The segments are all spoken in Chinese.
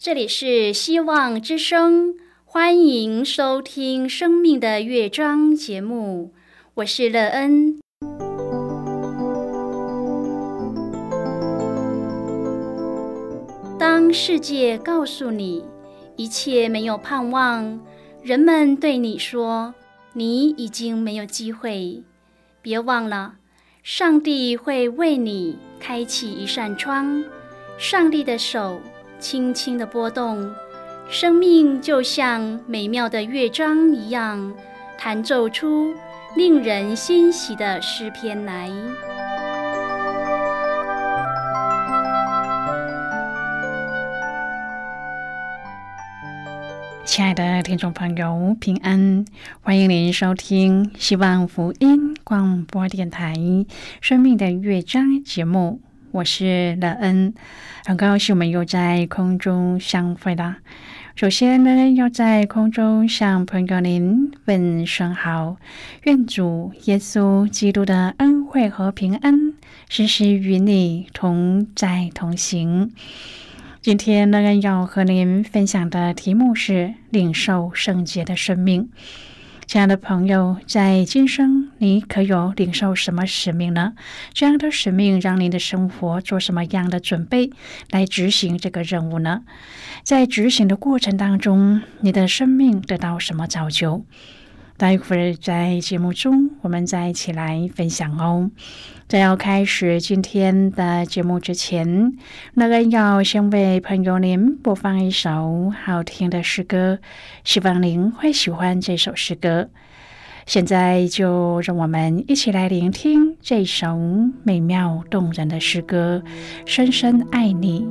这里是希望之声，欢迎收听生命的乐章节目，我是乐恩。当世界告诉你一切没有盼望，人们对你说你已经没有机会，别忘了上帝会为你开启一扇窗，上帝的手轻轻地拨动，生命就像美妙的乐章一样，弹奏出令人欣喜的诗篇来。 亲爱的听众朋友，平安，欢迎您收听希望福音广播电台生命的乐章节目，我是乐恩，很高兴我们又在空中相会了。首先呢，要在空中向朋友您问声好，愿主耶稣基督的恩惠和平安时时与你同在同行。今天乐恩要和您分享的题目是领受圣洁的生命。亲爱的朋友，在今生你可有领受什么使命呢？这样的使命让您的生活做什么样的准备来执行这个任务呢？在执行的过程当中，你的生命得到什么造就？待会儿在节目中我们再一起来分享哦。在要开始今天的节目之前，乐恩要先为朋友您播放一首好听的诗歌，希望您会喜欢这首诗歌。现在就让我们一起来聆听这首美妙动人的诗歌，深深爱你。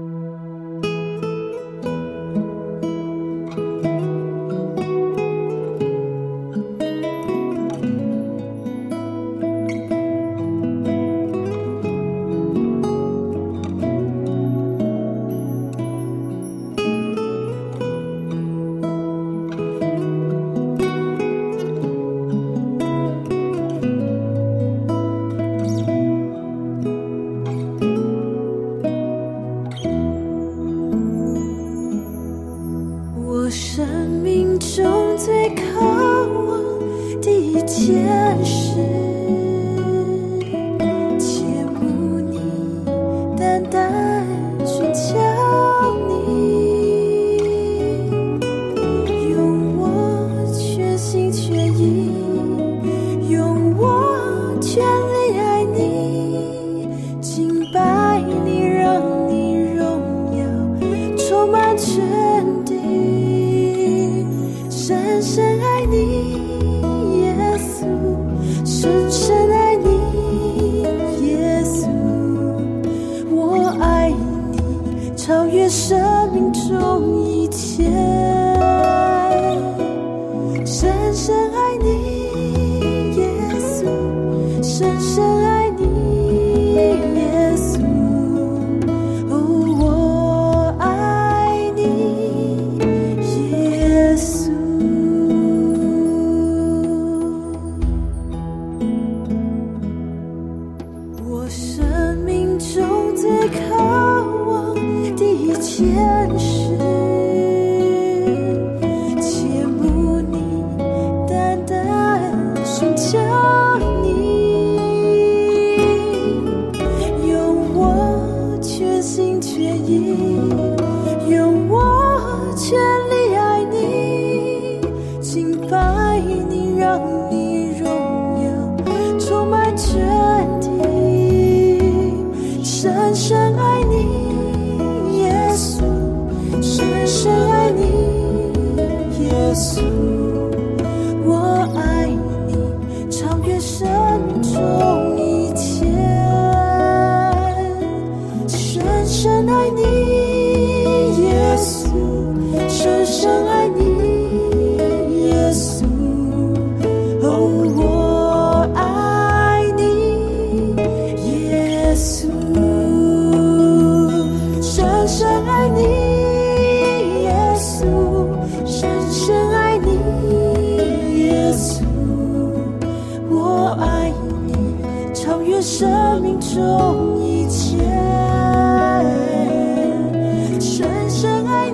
生命中一切，深深爱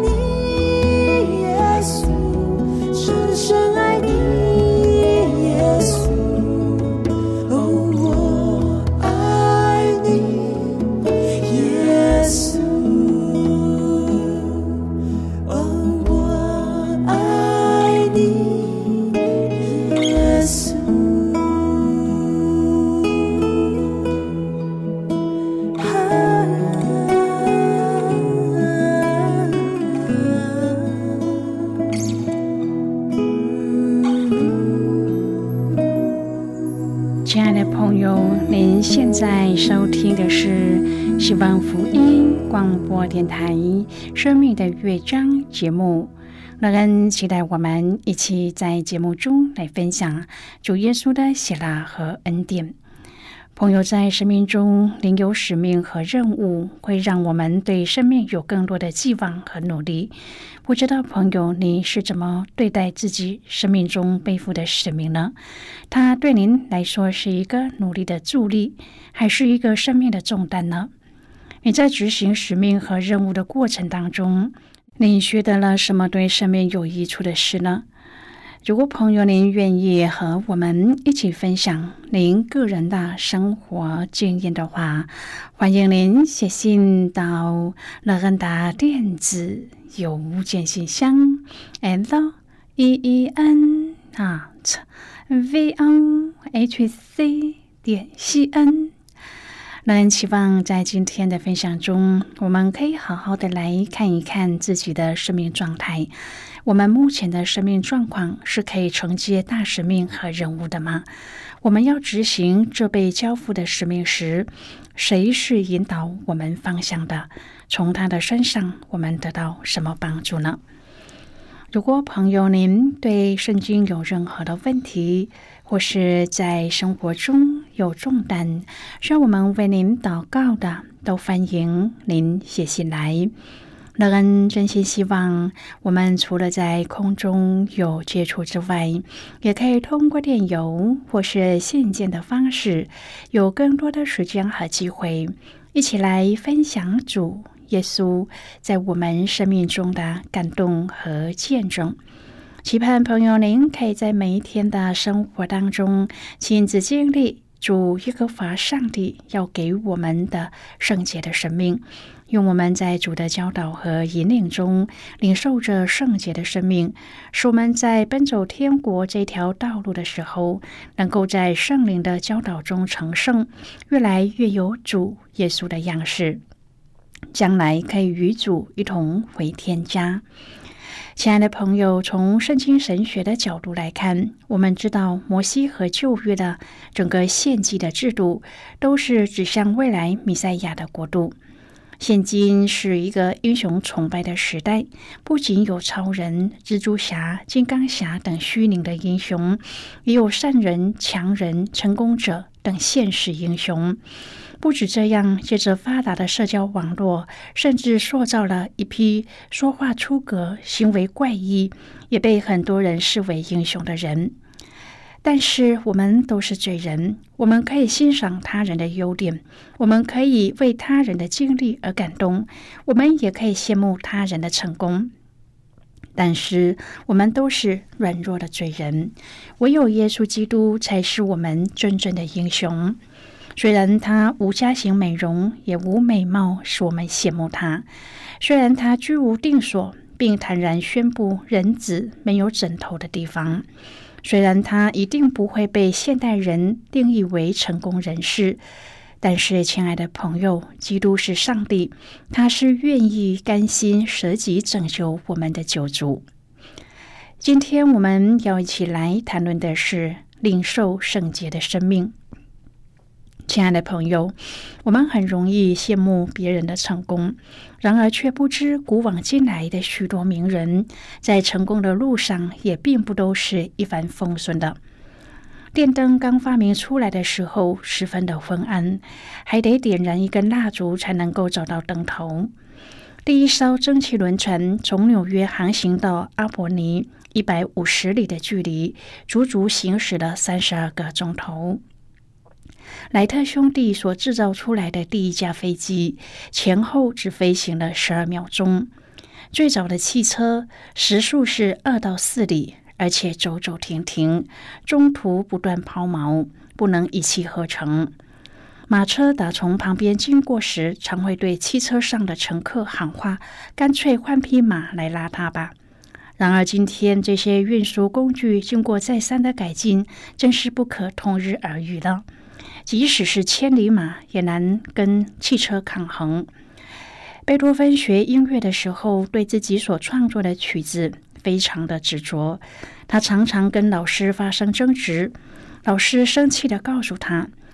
在收听的是希望福音广播电台生命的乐章节目。乐恩期待我们一起在节目中来分享主耶稣的喜乐和恩典。朋友，在生命中领有使命和任务，会让我们对生命有更多的寄望和努力。不知道朋友，你是怎么对待自己生命中背负的使命呢？它对您来说是一个努力的助力，还是一个生命的重担呢？你在执行使命和任务的过程当中，你学得了什么对生命有益处的事呢？如果朋友您愿意和我们一起分享您个人的生活经验的话，欢迎您写信到乐恩的电子邮件信箱 len@vohc.cn。乐恩期望在今天的分享中，我们可以好好的来看一看自己的生命状态。我们目前的生命状况是可以承接大使命和任务的吗？我们要执行这被交付的使命时，谁是引导我们方向的？从他的身上我们得到什么帮助呢？如果朋友您对圣经有任何的问题，或是在生活中有重担需要我们为您祷告的，都欢迎您写信来。乐恩真心希望我们除了在空中有接触之外，也可以通过电邮或是信件的方式，有更多的时间和机会一起来分享主耶稣在我们生命中的感动和见证。期盼朋友您可以在每一天的生活当中亲自经历主耶和华上帝要给我们的圣洁的生命，用我们在主的教导和引领中领受着圣洁的生命，使我们在奔走天国这条道路的时候，能够在圣灵的教导中成圣，越来越有主耶稣的样式，将来可以与主一同回天家。亲爱的朋友，从圣经神学的角度来看，我们知道摩西和旧约的整个献祭的制度都是指向未来弥赛亚的国度。现今是一个英雄崇拜的时代，不仅有超人、蜘蛛侠、金刚侠等虚拟的英雄，也有善人、强人、成功者等现实英雄。不止这样，借着发达的社交网络，甚至塑造了一批说话出格、行为怪异，也被很多人视为英雄的人。但是我们都是罪人，我们可以欣赏他人的优点，我们可以为他人的经历而感动，我们也可以羡慕他人的成功。但是我们都是软弱的罪人，唯有耶稣基督才是我们真正的英雄。虽然他无家型美容，也无美貌使我们羡慕他；虽然他居无定所，并坦然宣布人子没有枕头的地方；虽然他一定不会被现代人定义为成功人士，但是亲爱的朋友，基督是上帝，他是愿意甘心舍己拯救我们的救主。今天我们要一起来谈论的是领受圣洁的生命。亲爱的朋友，我们很容易羡慕别人的成功，然而却不知古往今来的许多名人在成功的路上也并不都是一帆风顺的。电灯刚发明出来的时候十分的昏暗，还得点燃一根蜡烛才能够找到灯头。第一艘蒸汽轮船从纽约航行到阿伯尼150里的距离，足足行驶了32个钟头。莱特兄弟所制造出来的第一架飞机，前后只飞行了12秒钟。最早的汽车时速是2到4里，而且走走停停，中途不断抛锚，不能一气呵成。马车打从旁边经过时，常会对汽车上的乘客喊话：“干脆换匹马来拉它吧。”然而今天这些运输工具经过再三的改进，真是不可同日而语了。即使是千里马也难跟汽车抗衡。贝多芬学音乐的时候，对自己所创作的曲子非常的执着，他常常跟老师发生争执。老师生气地告诉他：“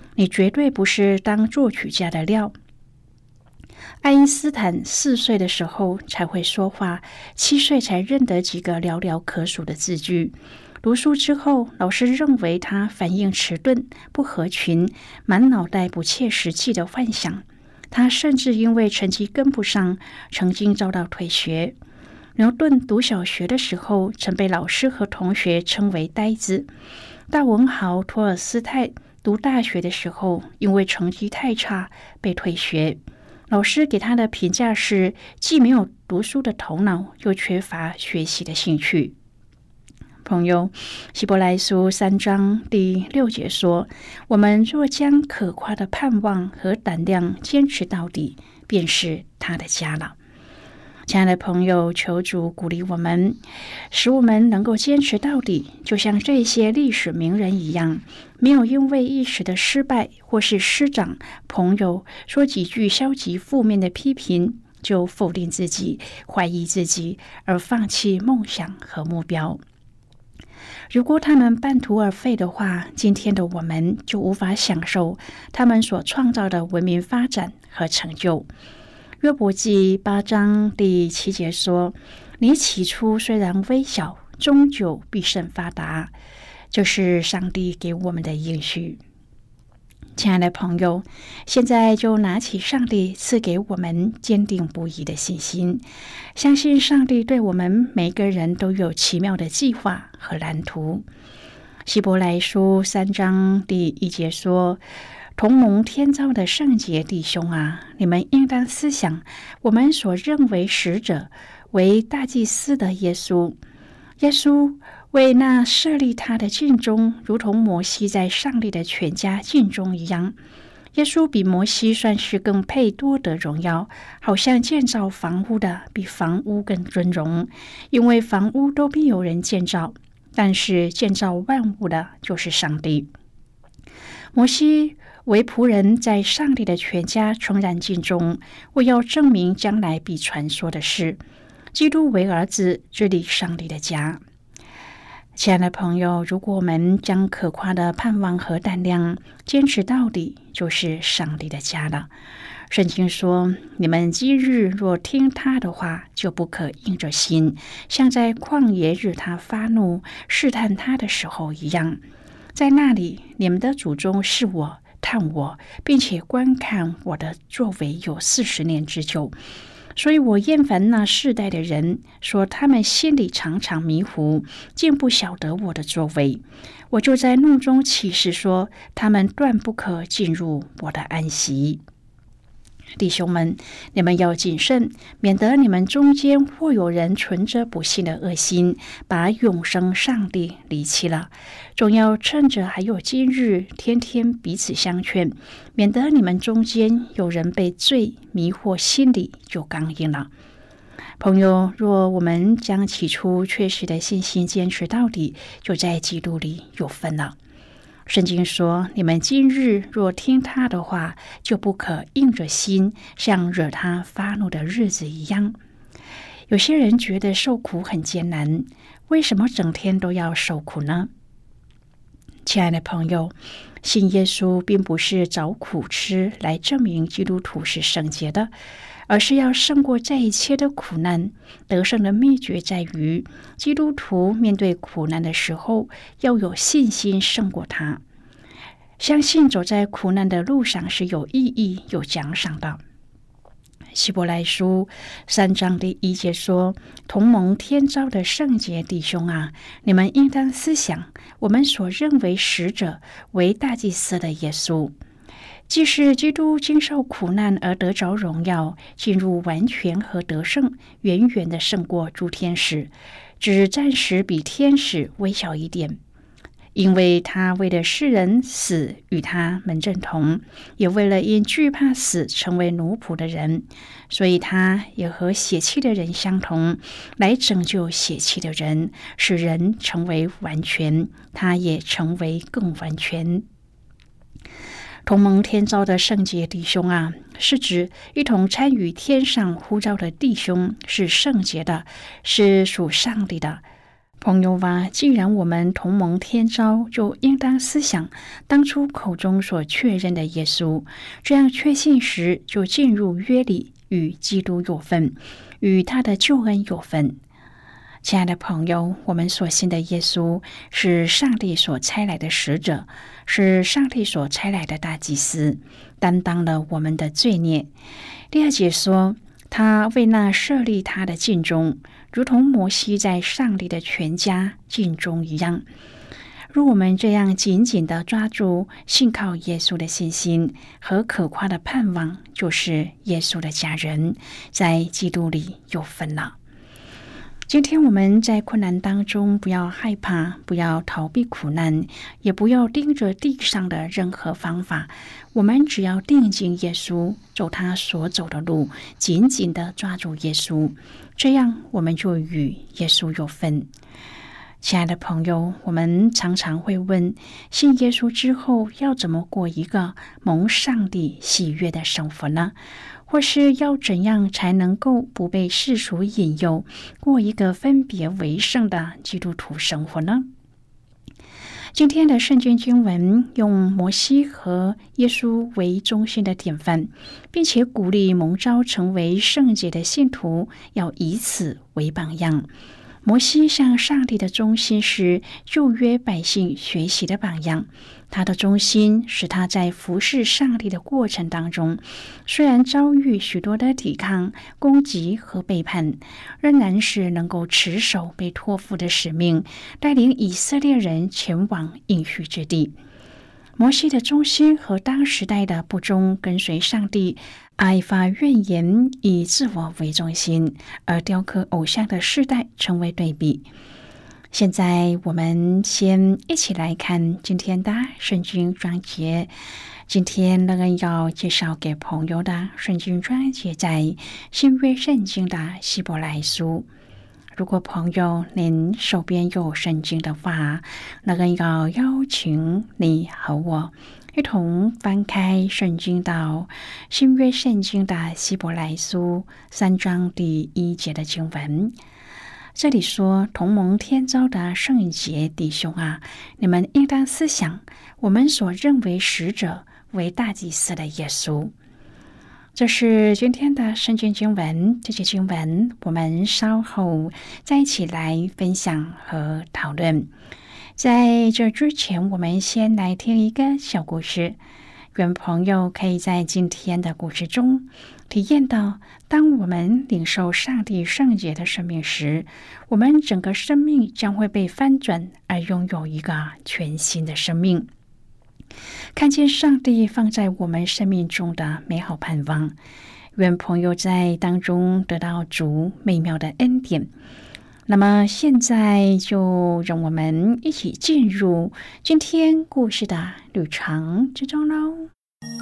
你绝对不是当作曲家的料。爱因斯坦4岁的时候才会说话，7岁才认得几个寥寥可数的字句。读书之后，老师认为他反应迟钝、不合群，满脑袋不切实际的幻想。他甚至因为成绩跟不上，曾经遭到退学。牛顿读小学的时候，曾被老师和同学称为呆子。大文豪托尔斯泰读大学的时候，因为成绩太差被退学。老师给他的评价是，既没有读书的头脑，又缺乏学习的兴趣。朋友，希伯来书3章第6节说，我们若将可夸的盼望和胆量坚持到底，便是他的家了。亲爱的朋友，求主鼓励我们，使我们能够坚持到底，就像这些历史名人一样，没有因为一时的失败或是师长、朋友说几句消极负面的批评，就否定自己、怀疑自己，而放弃梦想和目标。如果他们半途而废的话，今天的我们就无法享受他们所创造的文明发展和成就。约伯记8章第7节说，你起初虽然微小，终究必甚发达，就是上帝给我们的应许。亲爱的朋友，现在就拿起上帝赐给我们坚定不移的信心，相信上帝对我们每个人都有奇妙的计划和蓝图。希伯来书3章第1节说，同蒙天召的圣洁弟兄啊，你们应当思想我们所认为使者为大祭司的耶稣。耶稣为那设立他的尽忠，如同摩西在上帝的全家尽忠一样。耶稣比摩西算是更配多得荣耀，好像建造房屋的比房屋更尊荣，因为房屋都必有人建造，但是建造万物的就是上帝。摩西为仆人，在上帝的全家诚然尽忠，为要证明将来必传说的事。基督为儿子，治理上帝的家。亲爱的朋友，如果我们将可夸的盼望和胆量坚持到底，就是上帝的家了。圣经说，你们今日若听他的话，就不可硬着心，像在旷野日他发怒试探他的时候一样。在那里，你们的祖宗是我探我，并且观看我的作为有40年之久。所以我厌烦那世代的人，说他们心里常常迷糊，竟不晓得我的作为。我就在怒中起誓说，他们断不可进入我的安息。弟兄们，你们要谨慎，免得你们中间或有人存着不信的恶心，把永生上帝离弃了。总要趁着还有今日，天天彼此相劝，免得你们中间有人被罪迷惑，心里就刚硬了。朋友，若我们将起初确实的信心坚持到底，就在基督里有份了。圣经说，你们今日若听他的话，就不可硬着心，像惹他发怒的日子一样。有些人觉得受苦很艰难，为什么整天都要受苦呢？亲爱的朋友，信耶稣并不是找苦吃来证明基督徒是圣洁的，而是要胜过这一切的苦难。得胜的秘诀在于，基督徒面对苦难的时候，要有信心胜过它。相信走在苦难的路上是有意义、有奖赏的。希伯来书3章第1节说，同蒙天召的圣洁弟兄啊，你们应当思想我们所认为使者为大祭司的耶稣。既是基督经受苦难而得着荣耀，进入完全和得胜，远远的胜过诸天使，只暂时比天使微小一点。因为他为了世人死与他们正同，也为了因惧怕死成为奴仆的人，所以他也和血气的人相同，来拯救血气的人，使人成为完全，他也成为更完全。同蒙天召的圣洁弟兄啊，是指一同参与天上呼召的弟兄，是圣洁的，是属上帝的。 朋友啊，既然我们同盟天召，就应当思想当初口中所确认的耶稣，这样确信时，就进入约里，与基督有份，与他的救恩有份。亲爱的朋友，我们所信的耶稣是上帝所差来的使者，是上帝所差来的大祭司，担当了我们的罪孽。第二节说，他为那设立他的尽忠，如同摩西在上帝的全家尽忠一样。若我们这样紧紧地抓住信靠耶稣的信心和可夸的盼望，就是耶稣的家人，在基督里有份了。今天我们在困难当中，不要害怕，不要逃避苦难，也不要盯着地上的任何方法，我们只要定睛耶稣，走他所走的路，紧紧地抓住耶稣，这样我们就与耶稣有份。亲爱的朋友，我们常常会问，信耶稣之后要怎么过一个蒙上帝喜悦的生活呢？或是要怎样才能够不被世俗引诱，过一个分别为圣的基督徒生活呢？今天的圣经经文用摩西和耶稣为中心的典范，并且鼓励蒙召成为圣洁的信徒要以此为榜样。摩西向上帝的忠心是旧约百姓学习的榜样，他的忠心使他在服侍上帝的过程当中，虽然遭遇许多的抵抗、攻击和背叛，仍然是能够持守被托付的使命，带领以色列人前往应许之地。摩西的忠心和当时代的不忠跟随上帝、爱发怨言、以自我为中心而雕刻偶像的世代成为对比。现在我们先一起来看今天的圣经章节。今天乐恩要介绍给朋友的圣经章节在新约圣经的希伯来书。如果朋友您手边有圣经的话，乐恩要邀请你和我一同翻开圣经到新约圣经的希伯来书3章第1节的经文。这里说，同蒙天召的圣洁弟兄啊，你们应当思想我们所认为使者为大祭司的耶稣。这是今天的圣经经文，这些经文我们稍后再一起来分享和讨论。在这之前，我们先来听一个小故事，愿朋友可以在今天的故事中体验到，当我们领受上帝圣洁的生命时，我们整个生命将会被翻转，而拥有一个全新的生命。看见上帝放在我们生命中的美好盼望，愿朋友在当中得到主美妙的恩典。那么现在就让我们一起进入今天故事的旅程之中喽。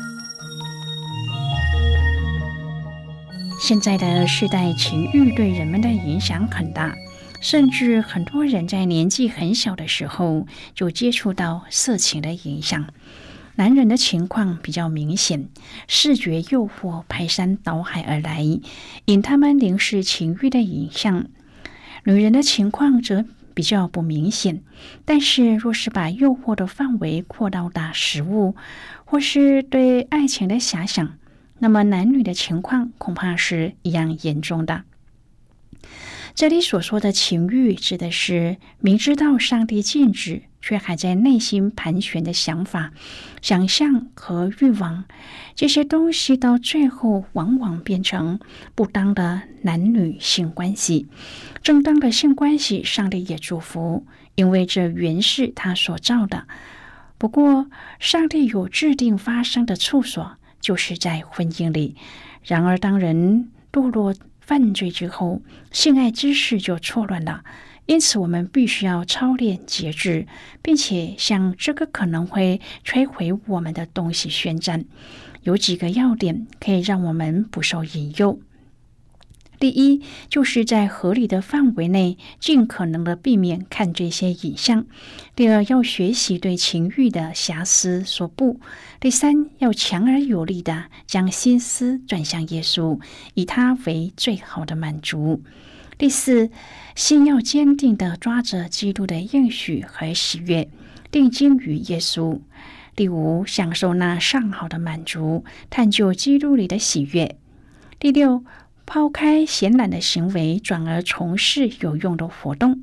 现在的世代情欲对人们的影响很大，甚至很多人在年纪很小的时候就接触到色情的影响。男人的情况比较明显，视觉诱惑排山倒海而来，引他们凝视情欲的影像。女人的情况则比较不明显，但是若是把诱惑的范围扩到达食物，或是对爱情的遐想，那么男女的情况恐怕是一样严重的。这里所说的情欲，指的是明知道上帝禁止，却还在内心盘旋的想法、想象和欲望。这些东西到最后往往变成不当的男女性关系。正当的性关系，上帝也祝福，因为这原是他所造的。不过，上帝有制定发生的处所，就是在婚姻里。然而，当人堕落犯罪之后，性爱之事就错乱了。因此，我们必须要操练节制，并且向这个可能会摧毁我们的东西宣战。有几个要点可以让我们不受引诱。第一，就是在合理的范围内，尽可能的避免看这些影像。第二，要学习对情欲的瑕疵所不。第三，要强而有力的将心思转向耶稣，以他为最好的满足。 第四，心要坚定地抓着基督的应许和喜悦，定睛于耶稣。第五，享受那上好的满足，探究基督里的喜悦。第六，抛开闲懒的行为，转而从事有用的活动。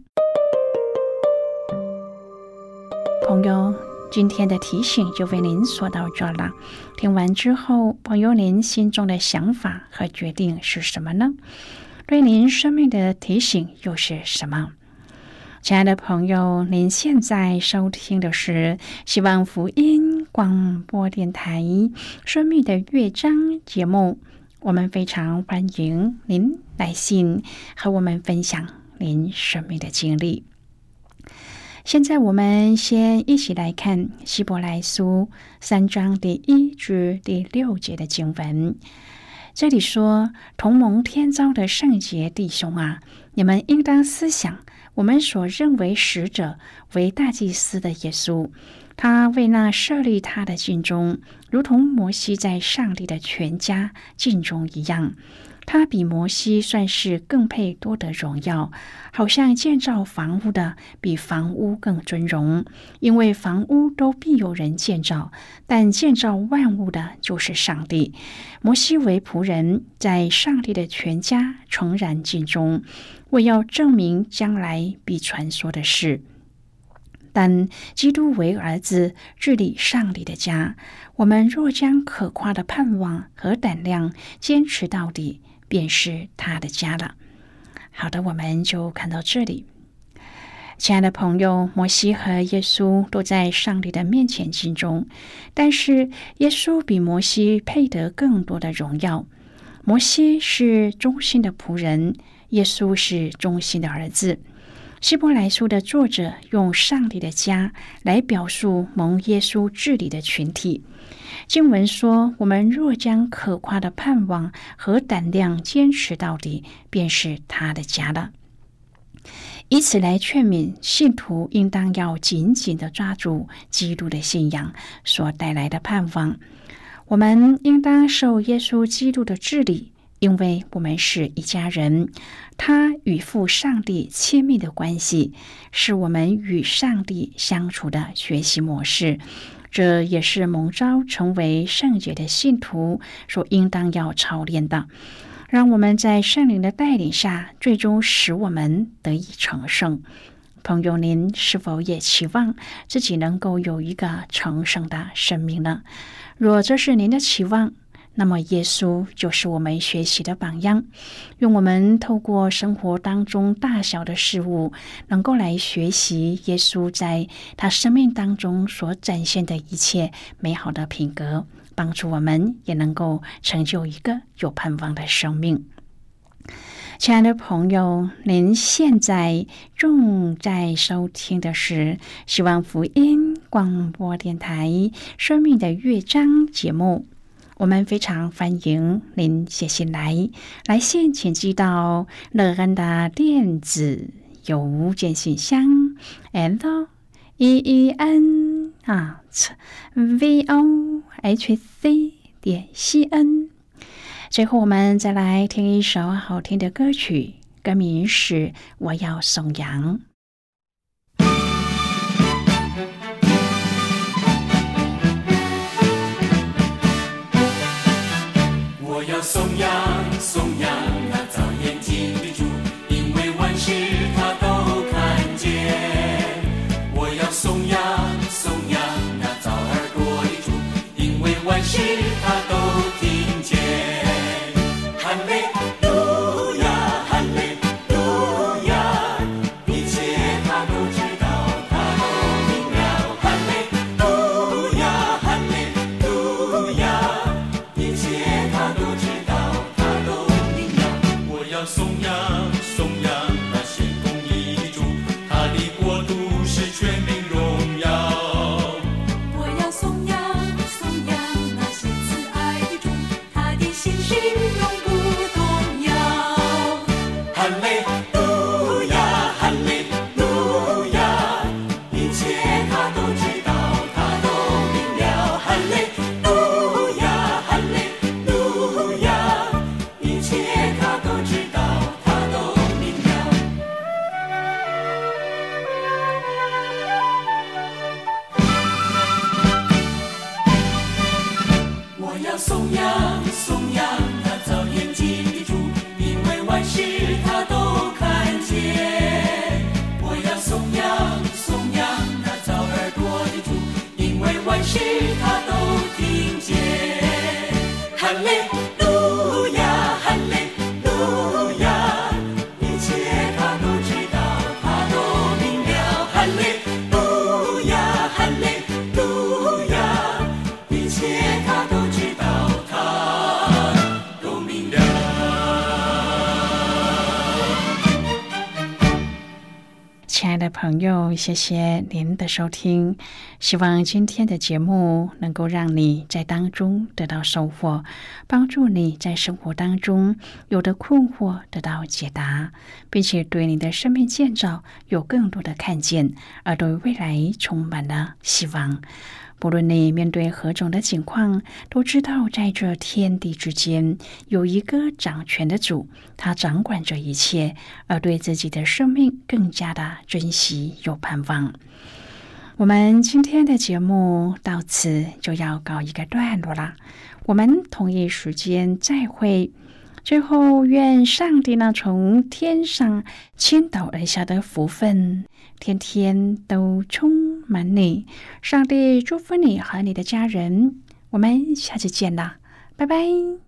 朋友，今天的提醒就为您说到这了。听完之后，朋友您心中的想法和决定是什么呢？对您生命的提醒又是什么？亲爱的朋友，您现在收听的是希望福音广播电台《生命的乐章》节目。我们非常欢迎您来信和我们分享您生命的经历。现在我们先一起来看希伯来书3章第1至第6节的经文。这里说，同蒙天召的圣洁弟兄啊，你们应当思想我们所认为使者为大祭司的耶稣，他为那设立他的尽忠，如同摩西在上帝的全家尽忠一样。他比摩西算是更配多得荣耀，好像建造房屋的比房屋更尊荣，因为房屋都必有人建造，但建造万物的就是上帝。摩西为仆人，在上帝的全家诚然尽忠，为要证明将来必传说的事。但基督为儿子，治理上帝的家，我们若将可夸的盼望和胆量坚持到底，便是他的家了。好的，我们就看到这里。亲爱的朋友，摩西和耶稣都在上帝的面前尽忠，但是耶稣比摩西配得更多的荣耀。摩西是忠心的仆人，耶稣是忠心的儿子。希伯来书的作者用上帝的家来表述蒙耶稣治理的群体。经文说，我们若将可夸的盼望和胆量坚持到底，便是他的家了。以此来劝勉信徒应当要紧紧地抓住基督的信仰所带来的盼望。我们应当受耶稣基督的治理，因为我们是一家人。他与父上帝亲密的关系，是我们与上帝相处的学习模式。这也是蒙召成为圣洁的信徒所应当要操练的。让我们在圣灵的带领下，最终使我们得以成圣。朋友，您是否也期望自己能够有一个成圣的生命呢？若这是您的期望，那么耶稣就是我们学习的榜样。用我们透过生活当中大小的事物，能够来学习耶稣在他生命当中所展现的一切美好的品格，帮助我们也能够成就一个有盼望的生命。亲爱的朋友，您现在正在收听的是希望福音广播电台《生命的乐章》节目。我们非常欢迎您写信来信请寄到乐恩的电子邮件信箱 LEEN@vohc.cn。最后我们再来听一首好听的歌曲，歌名是《我要颂扬》。 我要颂扬颂扬那造眼睛的主，因为万事他都看见。我要颂扬颂扬那造耳朵的主，因为万事他都听见。哈利路亚哈利路亚，一切他都知道，他都明了。哈利路亚哈利路亚，一切他都知道，他都明了。我要颂扬颂扬那显公义的主，他的国度是全民荣耀。 我要颂扬颂扬那显慈爱哈利路亚，哈利路亚，一切他都知道，他都明了。哈利路亚，哈利路亚，一切他都知道，他都明了。 亲爱的朋友，谢谢您的收听，希望今天的节目能够让你在当中得到收获，帮助你在生活当中有的困惑得到解答，并且对你的生命建造有更多的看见，而对未来充满了希望。不论你面对何种的情况，都知道在这天地之间有一个掌权的主，他掌管着一切，而对自己的生命更加的珍惜有盼望。我们今天的节目到此就要告一个段落了，我们同一时间再会。最后，愿上帝呢从天上倾倒而下的福分，天天都充满你。上帝祝福你和你的家人，我们下次见了，拜拜。